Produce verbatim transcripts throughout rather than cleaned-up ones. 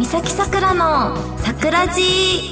三崎さくらのさくらじ。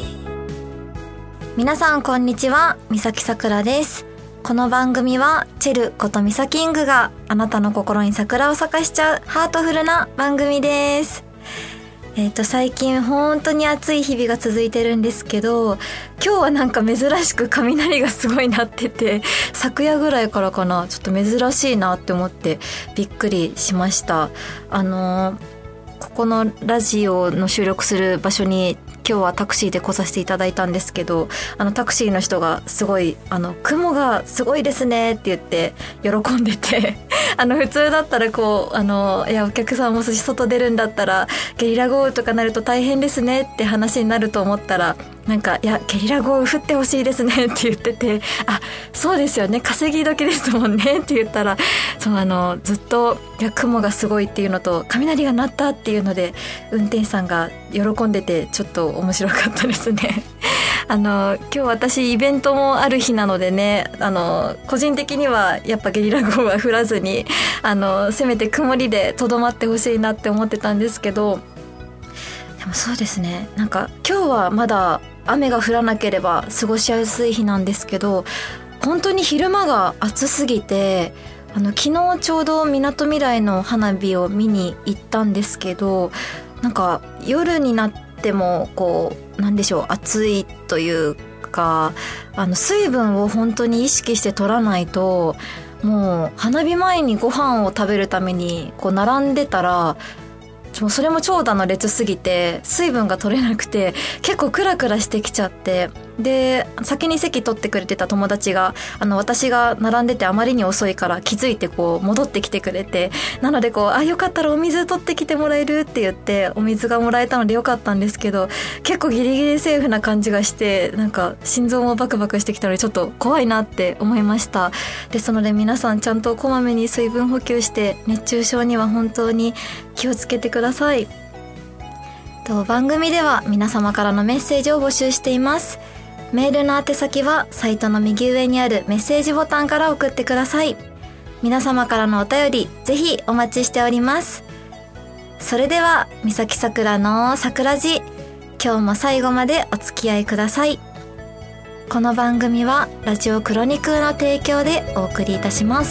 皆さんこんにちは、三崎さくらです。この番組はチェルことミサキングがあなたの心に桜を咲かしちゃうハートフルな番組です。えーと最近本当に暑い日々が続いてるんですけど、今日はなんか珍しく雷がすごい鳴ってて、昨夜ぐらいからかな、ちょっと珍しいなって思ってびっくりしました。あのー、ここのラジオの収録する場所に今日はタクシーで来させていただいたんですけど、あのタクシーの人がすごいあの雲がすごいですねって言って喜んでてあの普通だったらこうあのいやお客さんもし外出るんだったらゲリラ豪雨とかなると大変ですねって話になると思ったら、なんかいやゲリラ豪雨降ってほしいですねって言ってて、あそうですよね稼ぎ時ですもんねって言ったら、そうあのずっといや雲がすごいっていうのと雷が鳴ったっていうので運転手さんが喜んでてちょっと面白かったですねあの今日私イベントもある日なのでね、あの個人的にはやっぱゲリラ豪雨は降らずにあのせめて曇りでとどまってほしいなって思ってたんですけど、でもそうですね、なんか今日はまだ雨が降らなければ過ごしやすい日なんですけど、本当に昼間が暑すぎて、あの昨日ちょうどみなとみらいの花火を見に行ったんですけど、なんか夜になってもこうなんでしょう、暑いというか、あの水分を本当に意識して取らないと、もう花火前にご飯を食べるためにこう並んでたら、それも長蛇の列すぎて水分が取れなくて結構クラクラしてきちゃって、で先に席取ってくれてた友達があの私が並んでてあまりに遅いから気づいてこう戻ってきてくれて、なのでこうあよかったらお水取ってきてもらえるって言ってお水がもらえたのでよかったんですけど、結構ギリギリセーフな感じがして、なんか心臓もバクバクしてきたのでちょっと怖いなって思いました。ですので皆さんちゃんとこまめに水分補給して熱中症には本当に気をつけてください。と番組では皆様からのメッセージを募集しています。メールの宛先はサイトの右上にあるメッセージボタンから送ってください。皆様からのお便りぜひお待ちしております。それでは三崎さくらの桜地、今日も最後までお付き合いください。この番組はラジオクロニクルの提供でお送りいたします。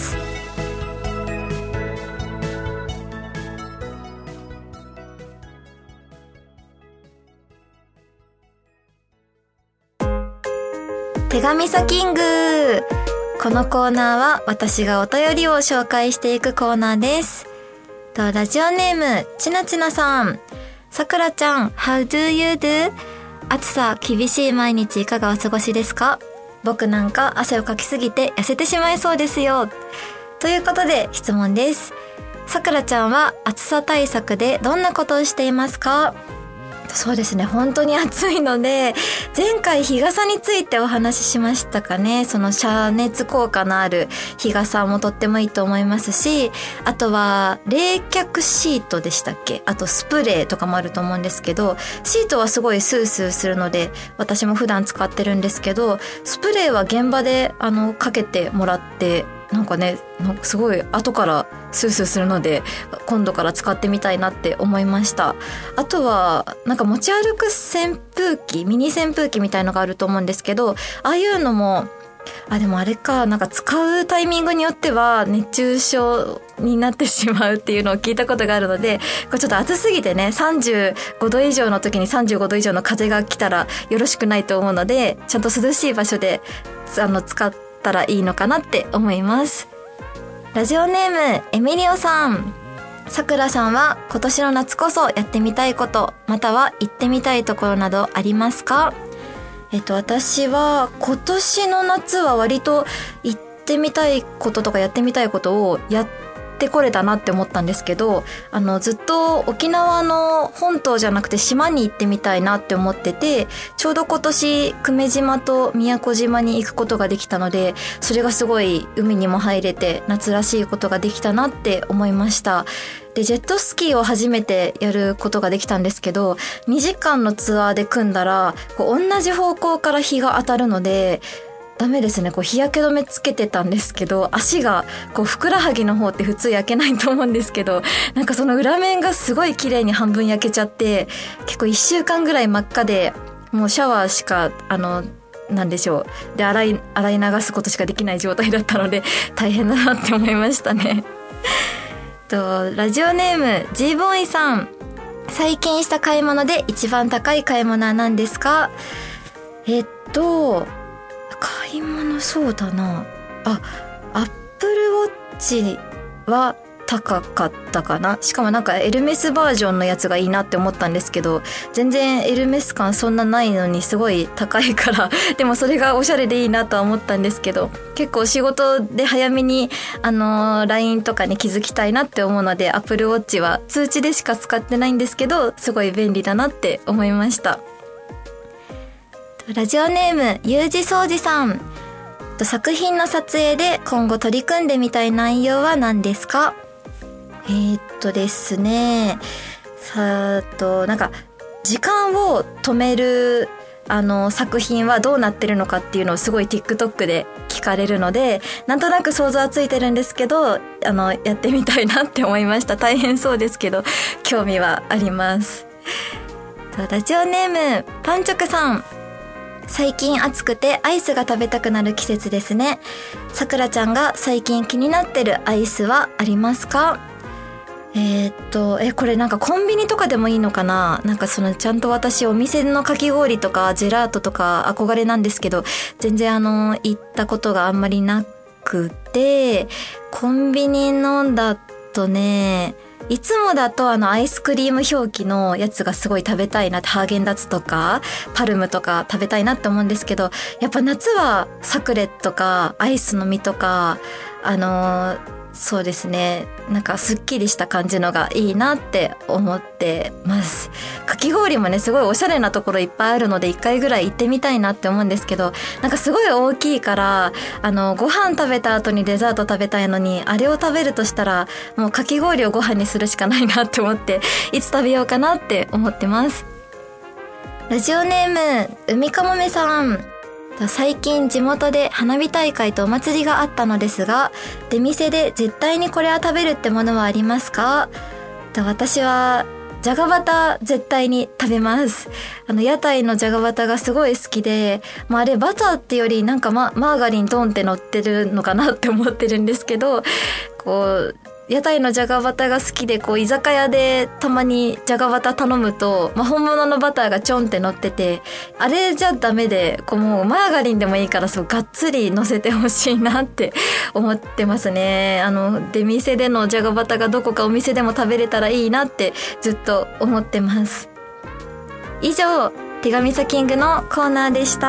手紙サキング。このコーナーは私がお便りを紹介していくコーナーです。とラジオネームちなちなさん、さくらちゃん How do you do？ 暑さ厳しい毎日いかがお過ごしですか？僕なんか汗をかきすぎて痩せてしまいそうですよ。ということで質問です。さくらちゃんは暑さ対策でどんなことをしていますか？そうですね、本当に暑いので、前回日傘についてお話ししましたかね。その遮熱効果のある日傘もとってもいいと思いますし、あとは冷却シートでしたっけ、あとスプレーとかもあると思うんですけど、シートはすごいスースーするので私も普段使ってるんですけど、スプレーは現場であのかけてもらって、なんかね、なんかすごい後からスースーするので今度から使ってみたいなって思いました。あとはなんか持ち歩く扇風機、ミニ扇風機みたいのがあると思うんですけど、ああいうのもあでもあれか、なんか使うタイミングによっては熱中症になってしまうっていうのを聞いたことがあるので、これちょっと暑すぎてね、さんじゅうごど以上の時にさんじゅうごど以上の風が来たらよろしくないと思うので、ちゃんと涼しい場所であの使ってたらいいのかなって思います。ラジオネームエミリオさん、さくらさんは今年の夏こそやってみたいこと、または行ってみたいところなどありますか？えっと私は今年の夏は割と行ってみたいこととかやってみたいことをやってこれたなって思ったんですけど、あのずっと沖縄の本島じゃなくて島に行ってみたいなって思ってて、ちょうど今年久米島と宮古島に行くことができたので、それがすごい海にも入れて夏らしいことができたなって思いました。でジェットスキーを初めてやることができたんですけど、にじかんのツアーで組んだらこう同じ方向から日が当たるので、 ダメですね。こう日焼け止めつけてたんですけど、足がこうふくらはぎの方って普通焼けないと思うんですけど、なんかその裏面がすごい綺麗に半分焼けちゃって、結構いっしゅうかんぐらい真っ赤で、もうシャワーしかあのなんでしょうで洗い洗い流すことしかできない状態だったので大変だなって思いましたね。とラジオネーム G ボーイさん、最近した買い物で一番高い買い物は何ですか？えっと買い物、そうだなあ、アップルウォッチは高かったかな。しかもなんかエルメスバージョンのやつがいいなって思ったんですけど、全然エルメス感そんなないのにすごい高いからでもそれがおしゃれでいいなとは思ったんですけど、結構仕事で早めにあのー、ライン とかに気づきたいなって思うので、アップルウォッチは通知でしか使ってないんですけど、すごい便利だなって思いました。ラジオネームゆうじそうじさん、作品の撮影で今後取り組んでみたい内容は何ですか？えー、っとですねさあとなんか時間を止めるあの作品はどうなってるのかっていうのをすごい TikTok で聞かれるので、なんとなく想像はついてるんですけど、あのやってみたいなって思いました。大変そうですけど興味はあります。ラジオネームパンチョクさん、最近暑くてアイスが食べたくなる季節ですね。さくらちゃんが最近気になってるアイスはありますか？えー、っとえこれなんかコンビニとかでもいいのかな。なんかそのちゃんと私お店のかき氷とかジェラートとか憧れなんですけど、全然あの行ったことがあんまりなくて、コンビニのだとね、いつもだとあのアイスクリーム表記のやつがすごい食べたいなって、ハーゲンダッツとかパルムとか食べたいなって思うんですけど、やっぱ夏はサクレとかアイスの実とかあのーそうですね、なんかすっきりした感じのがいいなって思ってます。かき氷もねすごいおしゃれなところいっぱいあるので一回ぐらい行ってみたいなって思うんですけど、なんかすごい大きいからあのご飯食べた後にデザート食べたいのに、あれを食べるとしたらもうかき氷をご飯にするしかないなって思って、いつ食べようかなって思ってます。ラジオネーム海かもめさん、最近地元で花火大会とお祭りがあったのですが、出店で絶対にこれは食べるってものはありますか？私はじゃがバタ絶対に食べます。あの屋台のじゃがバタがすごい好きで、まあ、あれバターってよりなんか マ, マーガリンドンって乗ってるのかなって思ってるんですけど、こう屋台のじゃがバタが好きで、こう居酒屋でたまにじゃがバタ頼むと、まあ、本物のバターがちょんって乗ってて、あれじゃダメで、こうもうマーガリンでもいいからそうがっつり乗せてほしいなって思ってますね。あの出店でのじゃがバタがどこかお店でも食べれたらいいなってずっと思ってます。以上、手紙サキングのコーナーでした。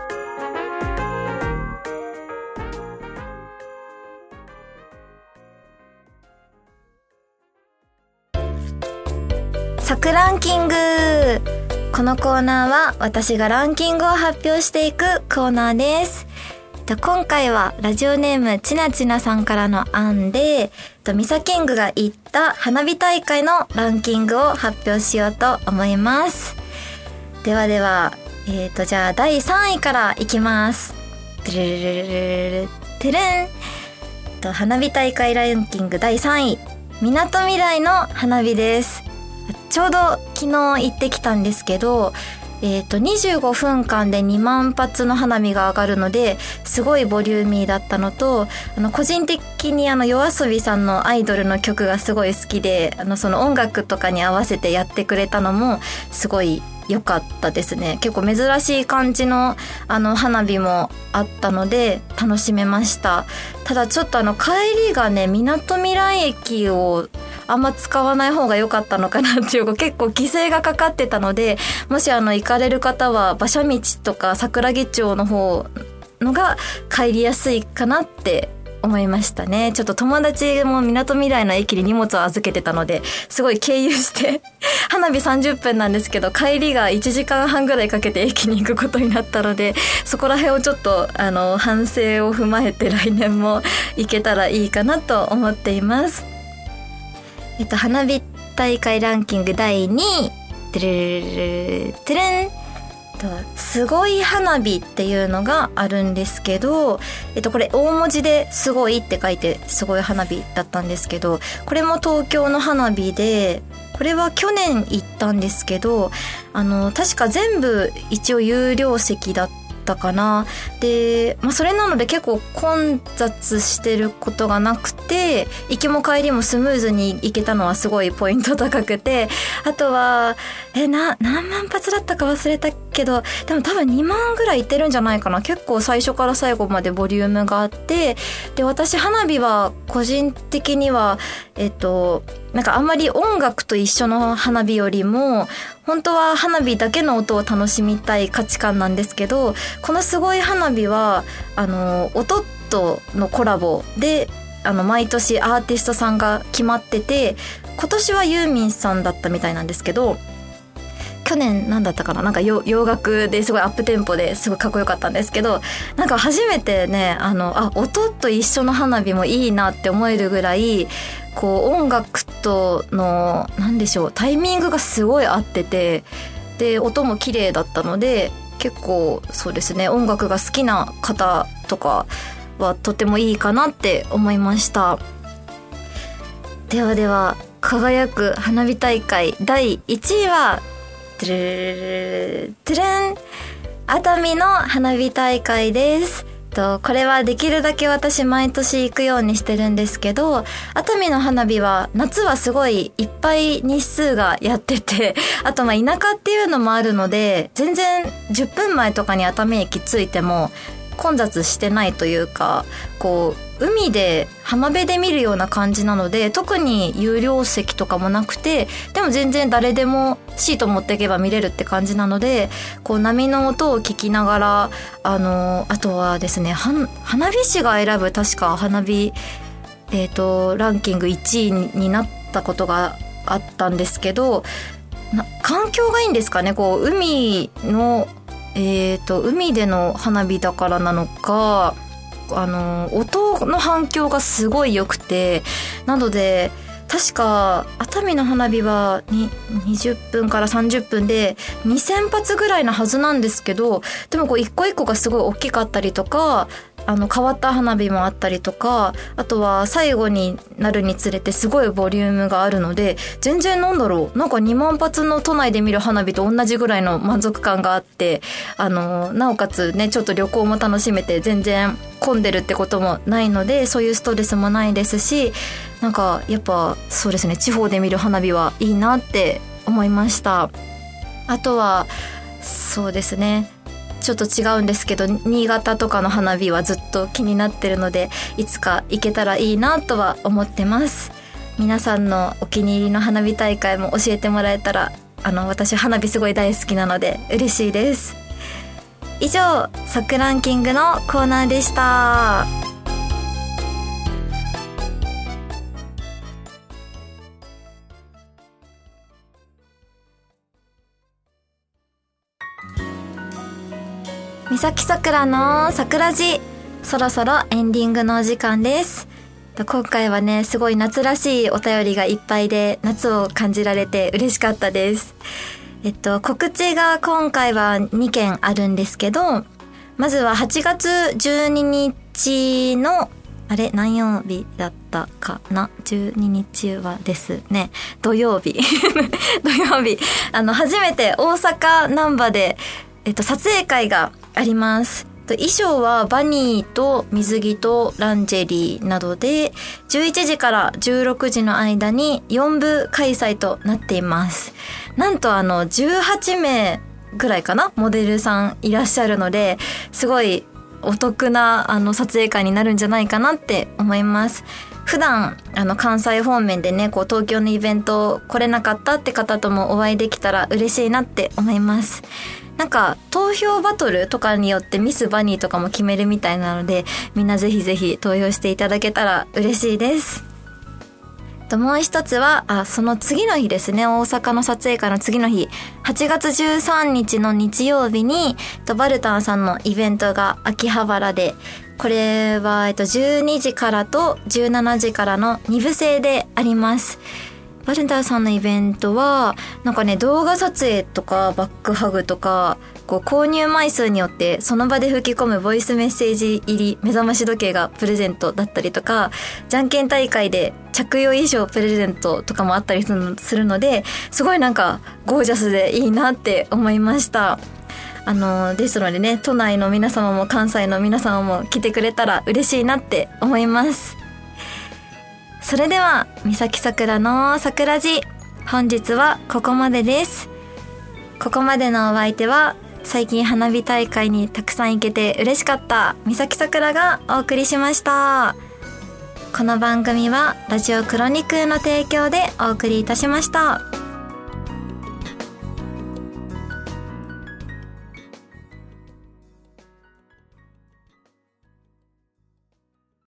サクランキング。このコーナーは私がランキングを発表していくコーナーです。今回はラジオネームちなちなさんからの案で、ミサキングが行った花火大会のランキングを発表しようと思います。ではでは、えーとじゃあだいさんいからいきます。トゥルルルルルルトゥルンと花火大会ランキングだいさんい、みなとみらいの花火です。ちょうど昨日行ってきたんですけど、えーとにじゅうごふんかんでにまんぱつの花火が上がるので、すごいボリューミーだったのと、あの個人的にあの夜遊びさんのアイドルの曲がすごい好きで、あのその音楽とかに合わせてやってくれたのもすごい良かったですね。結構珍しい感じのあの花火もあったので楽しめました。ただちょっとあの帰りがね、みなとみらい駅をあんま使わない方が良かったのかなっていう、結構規制がかかってたので、もしあの行かれる方は馬車道とか桜木町の方のが帰りやすいかなって思いましたね。ちょっと友達もみなとみらいの駅に荷物を預けてたので、すごい経由して花火さんじゅっぷんなんですけど、帰りがいちじかんはんぐらいかけて駅に行くことになったので、そこら辺をちょっとあの反省を踏まえて来年も行けたらいいかなと思っています。えっと花火大会ランキングだいにい、トゥルルルルトゥルンと、すごい花火っていうのがあるんですけど、えっと、これ大文字ですごいって書いてすごい花火だったんですけど、これも東京の花火で、これは去年行ったんですけど、あの確か全部一応有料席だったかな。で、まあ、それなので結構混雑してることがなくて、行きも帰りもスムーズに行けたのはすごいポイント高くて、あとはえな何万発だったか忘れたけど、でも多分にまんぐらい行ってるんじゃないかな。結構最初から最後までボリュームがあって、で私花火は個人的にはえっとなんかあんまり音楽と一緒の花火よりも本当は花火だけの音を楽しみたい価値観なんですけど、このすごい花火はあの音とのコラボであの毎年アーティストさんが決まってて、今年はユーミンさんだったみたいなんですけど、去年なんだったかな、なんか洋楽ですごいアップテンポですごいかっこよかったんですけど、なんか初めてね、あのあ音と一緒の花火もいいなって思えるぐらい、こう音楽とのなんでしょう、タイミングがすごい合ってて、で音も綺麗だったので、結構そうですね、音楽が好きな方とかはとてもいいかなって思いました。ではでは、輝く花火大会だいいちいはトゥルルルトゥルン熱海の花火大会です。とこれはできるだけ私毎年行くようにしてるんですけど、熱海の花火は夏はすごいいっぱい日数がやってて、あとまあ田舎っていうのもあるので、全然じゅっぷんまえとかに熱海駅着いても混雑してないというか、こう海で浜辺で見るような感じなので、特に有料席とかもなくて、でも全然誰でもシート持っていけば見れるって感じなので、こう波の音を聞きながら、あのあとはですね、花火師が選ぶ確か花火、えーと、ランキングいちいになったことがあったんですけど、な環境がいいんですかね、こう海のえーと海での花火だからなのか、あの音の反響がすごい良くて、なので確か熱海の花火はににじゅっぷんからさんじゅっぷんでにせんぱつぐらいなはずなんですけど、でもこう一個一個がすごい大きかったりとか、あの変わった花火もあったりとか、あとは最後になるにつれてすごいボリュームがあるので、全然なんだろう、なんかにまんぱつの都内で見る花火と同じぐらいの満足感があって、あのなおかつね、ちょっと旅行も楽しめて全然混んでるってこともないので、そういうストレスもないですし、なんかやっぱそうですね、地方で見る花火はいいなって思いました。あとはそうですね、ちょっと違うんですけど、新潟とかの花火はずっと気になってるので、いつか行けたらいいなとは思ってます。皆さんのお気に入りの花火大会も教えてもらえたら、あの私花火すごい大好きなので嬉しいです。以上、サクランキングのコーナーでした。三崎さくらの桜地、そろそろエンディングのお時間です。今回はね、すごい夏らしいお便りがいっぱいで、夏を感じられて嬉しかったです。えっと告知が今回はにけんあるんですけど、まずははちがつじゅうににちのあれ何曜日だったかな、じゅうににちはですね、土曜日土曜日、あの初めて大阪難波でえっと撮影会があります。衣装はバニーと水着とランジェリーなどで、じゅういちじからじゅうろくじの間によんぶ開催となっています。なんとあのじゅうはちめいぐらいかな、モデルさんいらっしゃるので、すごいお得なあの撮影会になるんじゃないかなって思います。普段あの関西方面でね、こう東京のイベント来れなかったって方ともお会いできたら嬉しいなって思います。なんか投票バトルとかによってミスバニーとかも決めるみたいなので、みんなぜひぜひ投票していただけたら嬉しいです。ともう一つはあその次の日ですね、大阪の撮影会の次の日、はちがつじゅうさんにちの日曜日にとバルタンさんのイベントが秋葉原で、これは、えっと、じゅうにじからとじゅうしちじからのにぶ制であります。バルタンさんのイベントはなんかね、動画撮影とかバックハグとかこう購入枚数によってその場で吹き込むボイスメッセージ入り目覚まし時計がプレゼントだったりとか、じゃんけん大会で着用衣装プレゼントとかもあったりするので、すごいなんかゴージャスでいいなって思いました。あのですのでね、都内の皆様も関西の皆様も来てくれたら嬉しいなって思います。それでは三崎さくらの桜地、本日はここまでです。ここまでのお相手は最近花火大会にたくさん行けて嬉しかった三崎さくらがお送りしました。この番組はラジオクロニクルの提供でお送りいたしました。